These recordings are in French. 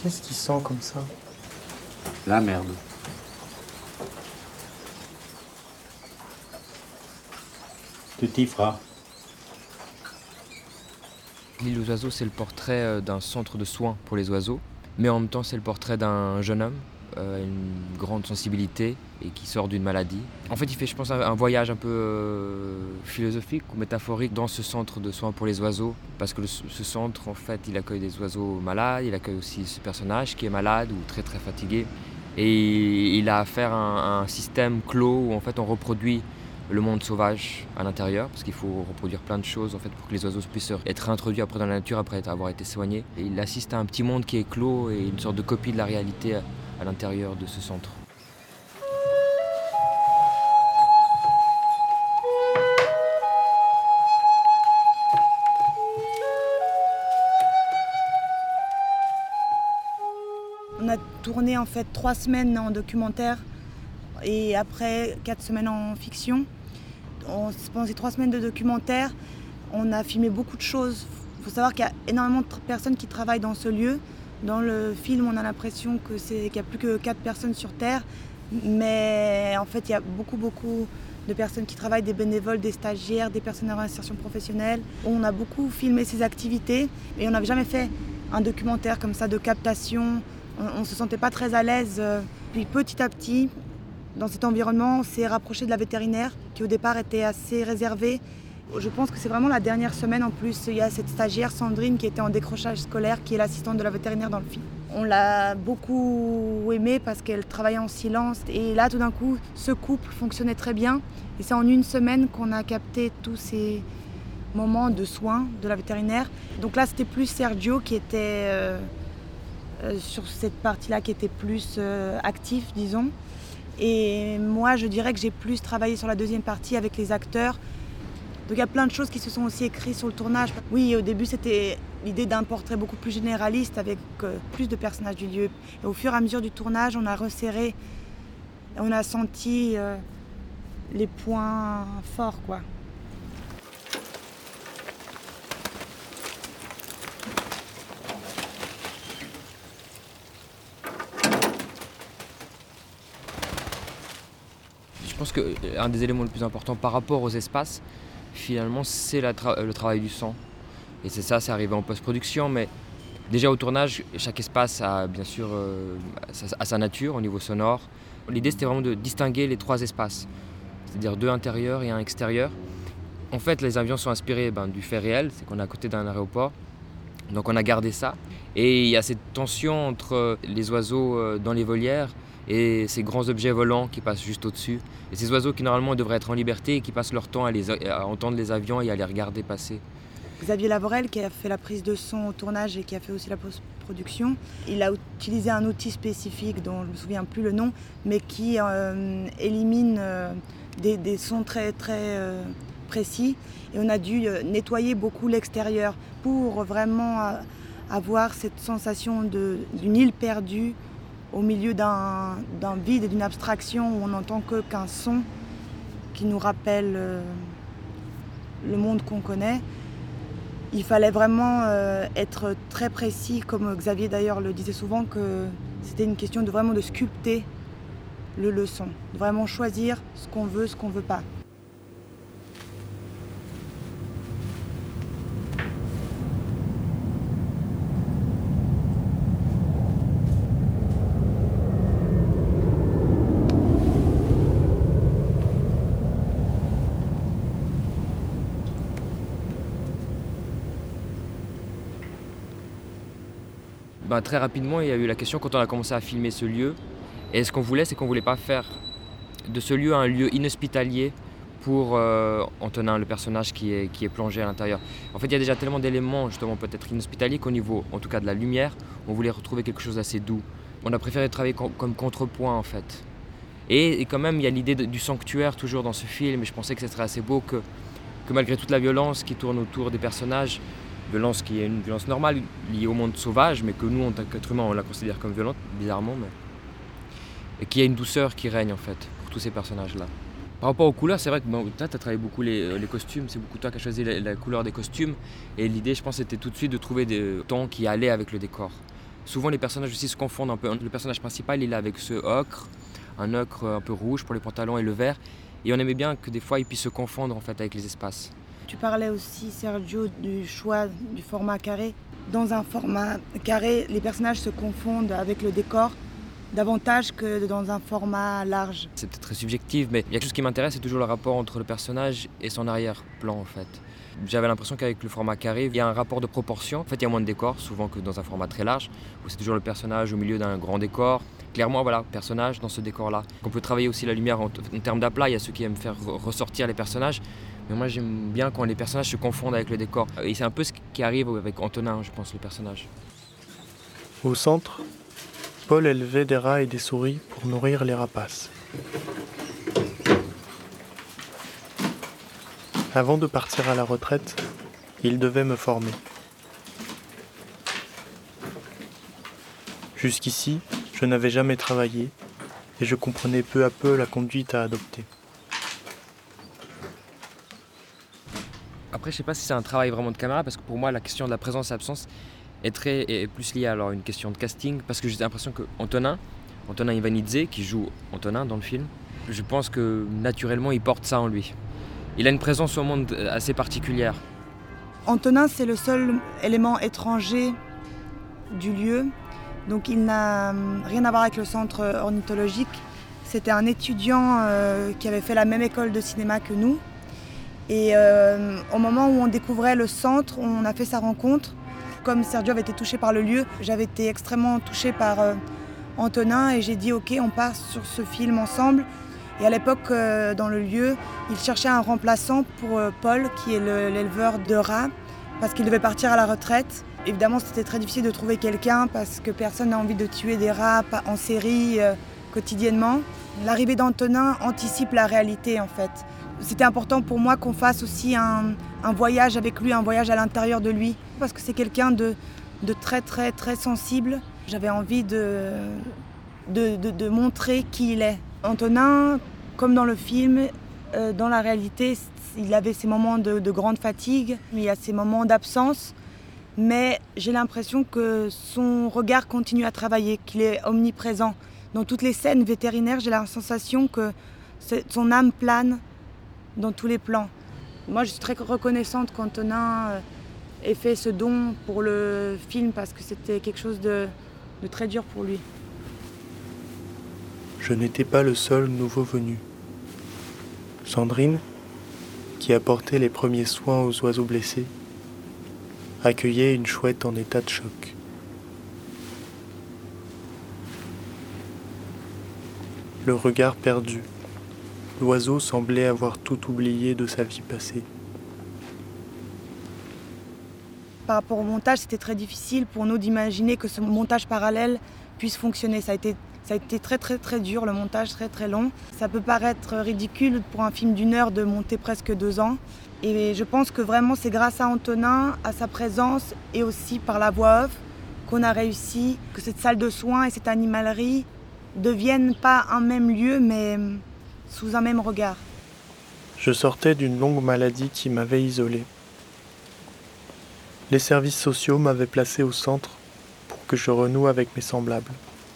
Qu'est-ce qui sent comme ça? La merde. Tu t'y feras. L'île aux oiseaux, c'est le portrait d'un centre de soins pour les oiseaux, mais en même temps, c'est le portrait d'un jeune homme, une grande sensibilité et qui sort d'une maladie. En fait, il fait, je pense, un voyage un peu philosophique ou métaphorique dans ce centre de soins pour les oiseaux, parce que ce centre, en fait, il accueille des oiseaux malades, il accueille aussi ce personnage qui est malade ou très très fatigué, et il a affaire à un système clos où en fait on reproduit le monde sauvage à l'intérieur, parce qu'il faut reproduire plein de choses en fait, pour que les oiseaux puissent être introduits après dans la nature après avoir été soignés. Et il assiste à un petit monde qui est clos et une sorte de copie de la réalité à l'intérieur de ce centre. On a tourné en fait 3 semaines en documentaire et après 4 semaines en fiction. Pendant ces 3 semaines de documentaire, on a filmé beaucoup de choses. Il faut savoir qu'il y a énormément de personnes qui travaillent dans ce lieu. Dans le film, on a l'impression qu'il n'y a plus que 4 personnes sur Terre. Mais en fait, il y a beaucoup de personnes qui travaillent, des bénévoles, des stagiaires, des personnes en insertion professionnelle. On a beaucoup filmé ces activités et on n'avait jamais fait un documentaire comme ça de captation. On ne se sentait pas très à l'aise. Puis petit à petit, dans cet environnement, on s'est rapproché de la vétérinaire qui au départ était assez réservée. Je pense que c'est vraiment la dernière semaine en plus. Il y a cette stagiaire Sandrine qui était en décrochage scolaire, qui est l'assistante de la vétérinaire dans le film. On l'a beaucoup aimée parce qu'elle travaillait en silence. Et là, tout d'un coup, ce couple fonctionnait très bien. Et c'est en une semaine qu'on a capté tous ces moments de soins de la vétérinaire. Donc là, c'était plus Sergio qui était sur cette partie-là, qui était plus actif, disons. Et moi, je dirais que j'ai plus travaillé sur la deuxième partie avec les acteurs. Donc il y a plein de choses qui se sont aussi écrites sur le tournage. Oui, au début, c'était l'idée d'un portrait beaucoup plus généraliste avec plus de personnages du lieu. Et au fur et à mesure du tournage, on a resserré, on a senti les points forts, quoi. Je pense qu'un des éléments les plus importants par rapport aux espaces, finalement, c'est le travail du son. Et c'est arrivé en post-production, mais déjà au tournage, chaque espace a bien sûr sa nature au niveau sonore. L'idée, c'était vraiment de distinguer les 3 espaces, c'est-à-dire 2 intérieurs et un extérieur. En fait, les avions sont inspirés du fait réel, c'est qu'on est à côté d'un aéroport, donc on a gardé ça. Et il y a cette tension entre les oiseaux dans les volières et ces grands objets volants qui passent juste au-dessus. Et ces oiseaux qui normalement devraient être en liberté et qui passent leur temps à entendre les avions et à les regarder passer. Xavier Lavorel, qui a fait la prise de son au tournage et qui a fait aussi la post-production, il a utilisé un outil spécifique dont je ne me souviens plus le nom, mais qui élimine des sons très précis. Et on a dû nettoyer beaucoup l'extérieur pour vraiment avoir cette sensation d'une île perdue au milieu d'un vide et d'une abstraction où on n'entend qu'un son qui nous rappelle le monde qu'on connaît. Il fallait vraiment être très précis, comme Xavier d'ailleurs le disait souvent, que c'était une question de sculpter le son, de vraiment choisir ce qu'on veut pas. Très rapidement, il y a eu la question quand on a commencé à filmer ce lieu. Et ce qu'on voulait, c'est qu'on ne voulait pas faire de ce lieu un lieu inhospitalier pour Antonin, le personnage qui est plongé à l'intérieur. En fait, il y a déjà tellement d'éléments justement peut-être inhospitaliers qu'au niveau, en tout cas de la lumière, on voulait retrouver quelque chose d'assez doux. On a préféré travailler comme contrepoint en fait. Et quand même, il y a l'idée du sanctuaire toujours dans ce film. Et je pensais que ce serait assez beau que malgré toute la violence qui tourne autour des personnages, violence qui est une violence normale liée au monde sauvage, mais que nous, en tant qu'êtres humains, on la considère comme violente, bizarrement, et qu'il y a une douceur qui règne en fait pour tous ces personnages-là. Par rapport aux couleurs, c'est vrai que toi, tu as travaillé beaucoup les costumes, c'est beaucoup toi qui as choisi la couleur des costumes, et l'idée, je pense, c'était tout de suite de trouver des tons qui allaient avec le décor. Souvent les personnages aussi se confondent un peu. Le personnage principal il est avec ce ocre, un ocre un peu rouge pour les pantalons et le vert. Et on aimait bien que des fois ils puissent se confondre en fait avec les espaces. Tu parlais aussi, Sergio, du choix du format carré. Dans un format carré, les personnages se confondent avec le décor davantage que dans un format large. C'est peut-être très subjectif, mais il y a quelque chose qui m'intéresse, c'est toujours le rapport entre le personnage et son arrière-plan en fait. J'avais l'impression qu'avec le format carré, il y a un rapport de proportion. En fait, il y a moins de décors, souvent que dans un format très large, où c'est toujours le personnage au milieu d'un grand décor. Clairement, voilà, personnage dans ce décor-là. On peut travailler aussi la lumière en termes d'aplat. Il y a ceux qui aiment faire ressortir les personnages. Mais moi, j'aime bien quand les personnages se confondent avec le décor. Et c'est un peu ce qui arrive avec Antonin, je pense, le personnage. Au centre, Paul élevait des rats et des souris pour nourrir les rapaces. Avant de partir à la retraite, il devait me former. Jusqu'ici, je n'avais jamais travaillé et je comprenais peu à peu la conduite à adopter. Après, je ne sais pas si c'est un travail vraiment de caméra, parce que pour moi, la question de la présence et l'absence est plus liée à une question de casting, parce que j'ai l'impression que Antonin Ivanidze, qui joue Antonin dans le film, je pense que naturellement, il porte ça en lui. Il a une présence au monde assez particulière. Antonin, c'est le seul élément étranger du lieu. Donc il n'a rien à voir avec le centre ornithologique. C'était un étudiant qui avait fait la même école de cinéma que nous. Et au moment où on découvrait le centre, on a fait sa rencontre. Comme Sergio avait été touché par le lieu, j'avais été extrêmement touchée par Antonin et j'ai dit ok, on part sur ce film ensemble. Et à l'époque, dans le lieu, il cherchait un remplaçant pour Paul, qui est l'éleveur de rats, parce qu'il devait partir à la retraite. Évidemment, c'était très difficile de trouver quelqu'un parce que personne n'a envie de tuer des rats en série quotidiennement. L'arrivée d'Antonin anticipe la réalité en fait. C'était important pour moi qu'on fasse aussi un voyage avec lui, un voyage à l'intérieur de lui, parce que c'est quelqu'un de très très très sensible. J'avais envie de montrer qui il est. Antonin, comme dans le film, dans la réalité, il avait ses moments de grande fatigue, il y a ses moments d'absence. Mais j'ai l'impression que son regard continue à travailler, qu'il est omniprésent. Dans toutes les scènes vétérinaires, j'ai la sensation que son âme plane dans tous les plans. Moi, je suis très reconnaissante qu'Antonin ait fait ce don pour le film parce que c'était quelque chose de très dur pour lui. Je n'étais pas le seul nouveau venu. Sandrine, qui apportait les premiers soins aux oiseaux blessés, accueillait une chouette en état de choc. Le regard perdu, l'oiseau semblait avoir tout oublié de sa vie passée. Par rapport au montage, c'était très difficile pour nous d'imaginer que ce montage parallèle puisse fonctionner. Ça a été très très très dur, le montage très très long. Ça peut paraître ridicule pour un film d'1 heure de monter presque 2 ans. Et je pense que vraiment c'est grâce à Antonin, à sa présence et aussi par la voix off qu'on a réussi que cette salle de soins et cette animalerie deviennent pas un même lieu mais sous un même regard. Je sortais d'une longue maladie qui m'avait isolé. Les services sociaux m'avaient placé au centre pour que je renoue avec mes semblables.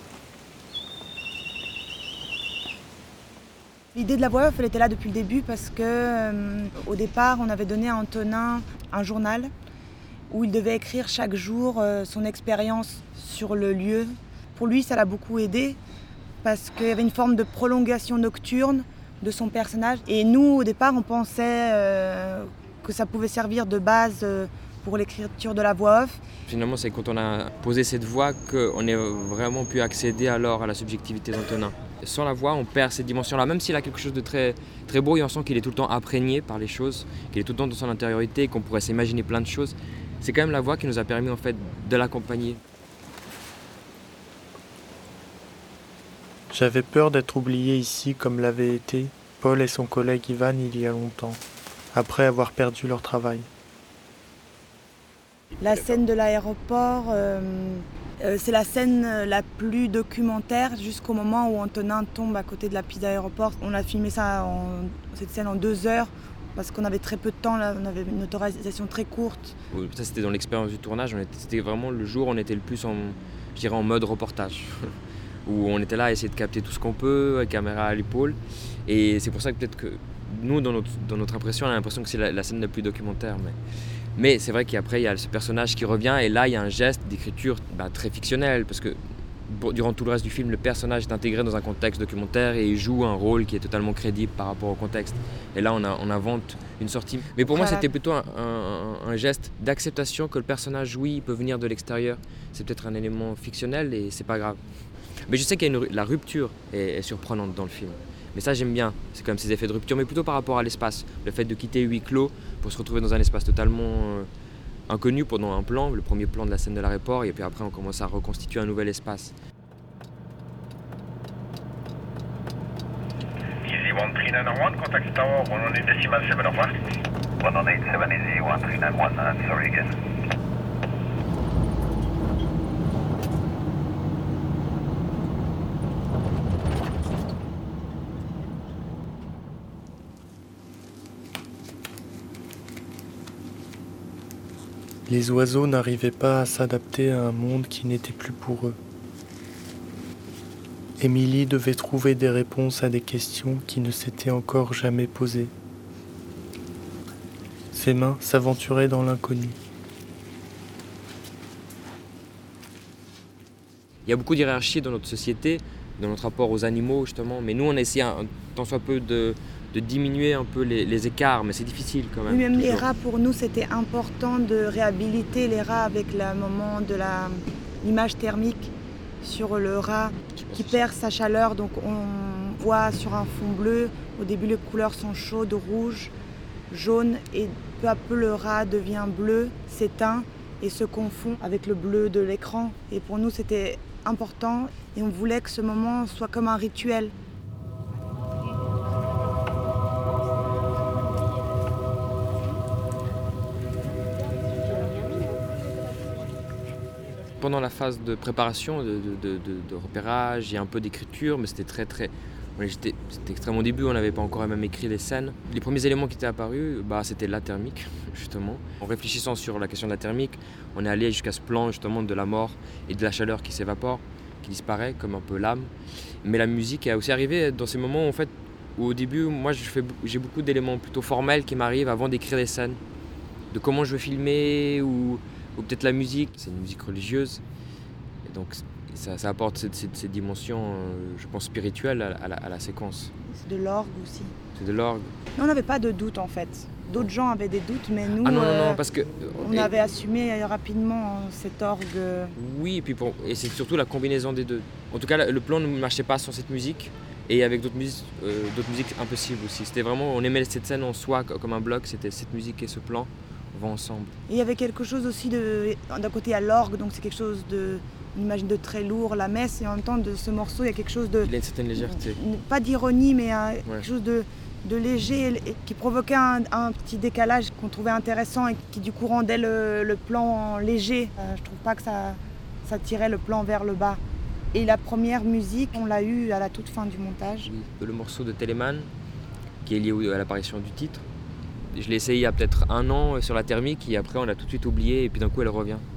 L'idée de la voix off, elle était là depuis le début parce que au départ, on avait donné à Antonin un journal où il devait écrire chaque jour son expérience sur le lieu. Pour lui, ça l'a beaucoup aidé parce qu'il y avait une forme de prolongation nocturne de son personnage. Et nous, au départ, on pensait que ça pouvait servir de base pour l'écriture de la voix off. Finalement, c'est quand on a posé cette voix qu'on a vraiment pu accéder alors à la subjectivité d'Antonin. Sans la voix, on perd cette dimension-là, même s'il a quelque chose de très, très beau et on sent qu'il est tout le temps imprégné par les choses, qu'il est tout le temps dans son intériorité, qu'on pourrait s'imaginer plein de choses. C'est quand même la voix qui nous a permis en fait de l'accompagner. J'avais peur d'être oublié ici comme l'avaient été Paul et son collègue Ivan il y a longtemps, après avoir perdu leur travail. La scène de l'aéroport, c'est la scène la plus documentaire jusqu'au moment où Antonin tombe à côté de la piste d'aéroport. On a filmé cette scène en 2 heures parce qu'on avait très peu de temps, là, on avait une autorisation très courte. Ça c'était dans l'expérience du tournage, c'était vraiment le jour où on était le plus je dirais en mode reportage, où on était là à essayer de capter tout ce qu'on peut, caméra à l'épaule. Et c'est pour ça que peut-être que nous, dans notre impression, on a l'impression que c'est la scène la plus documentaire. Mais c'est vrai qu'après, il y a ce personnage qui revient, et là, il y a un geste d'écriture très fictionnel, parce que durant tout le reste du film, le personnage est intégré dans un contexte documentaire et il joue un rôle qui est totalement crédible par rapport au contexte. Et là, on invente une sortie. Mais pour moi, c'était plutôt un geste d'acceptation que le personnage, oui, il peut venir de l'extérieur. C'est peut-être un élément fictionnel et c'est pas grave. Mais je sais qu'il y a la rupture est surprenante dans le film. Mais ça, j'aime bien. C'est quand même ces effets de rupture, mais plutôt par rapport à l'espace. Le fait de quitter huis clos pour se retrouver dans un espace totalement inconnu pendant un plan, le premier plan de la scène de l'aéroport, et puis après on commence à reconstituer un nouvel espace. Easy 1391, contact tower 118.7, au revoir. 118.7 easy 1391, sorry again. Les oiseaux n'arrivaient pas à s'adapter à un monde qui n'était plus pour eux. Émilie devait trouver des réponses à des questions qui ne s'étaient encore jamais posées. Ses mains s'aventuraient dans l'inconnu. Il y a beaucoup d'hierarchie dans notre société, dans notre rapport aux animaux justement, mais nous on essaie tant soit peu de diminuer un peu les écarts, mais c'est difficile quand même. Oui, même les rats, pour nous, c'était important de réhabiliter les rats avec le moment de l'image thermique sur le rat qui perd sa chaleur. Donc on voit sur un fond bleu, au début les couleurs sont chaudes, rouge, jaune, et peu à peu le rat devient bleu, s'éteint et se confond avec le bleu de l'écran. Et pour nous, c'était important et on voulait que ce moment soit comme un rituel. Pendant la phase de préparation, de repérage, il y a un peu d'écriture, mais c'était c'était extrêmement au début, on n'avait pas encore même écrit les scènes. Les premiers éléments qui étaient apparus, c'était la thermique, justement. En réfléchissant sur la question de la thermique, on est allé jusqu'à ce plan justement de la mort et de la chaleur qui s'évapore, qui disparaît comme un peu l'âme. Mais la musique est aussi arrivée dans ces moments où au début, moi j'ai beaucoup d'éléments plutôt formels qui m'arrivent avant d'écrire les scènes, de comment je veux filmer ou peut-être la musique. C'est une musique religieuse, et donc ça apporte cette dimension, je pense, spirituelle à la séquence. C'est de l'orgue aussi. C'est de l'orgue. Nous, on n'avait pas de doute en fait. D'autres gens avaient des doutes, mais nous, non, parce que on avait assumé rapidement cet orgue. Oui, et c'est surtout la combinaison des deux. En tout cas, le plan ne marchait pas sans cette musique, et avec d'autres musiques impossibles aussi. C'était vraiment, on aimait cette scène en soi comme un bloc, c'était cette musique et ce plan. On va ensemble. Et il y avait quelque chose aussi d'un côté à l'orgue, donc c'est quelque chose une image de très lourd, la messe, et en même temps de ce morceau il y a quelque chose il a une certaine légèreté. Pas d'ironie, mais quelque chose de léger et qui provoquait un petit décalage qu'on trouvait intéressant et qui du coup rendait le plan léger. Je trouve pas que ça tirait le plan vers le bas. Et la première musique, on l'a eue à la toute fin du montage. Oui, le morceau de Telemann, qui est lié à l'apparition du titre. Je l'ai essayé il y a peut-être 1 an sur la thermique, et après on l'a tout de suite oublié, et puis d'un coup elle revient.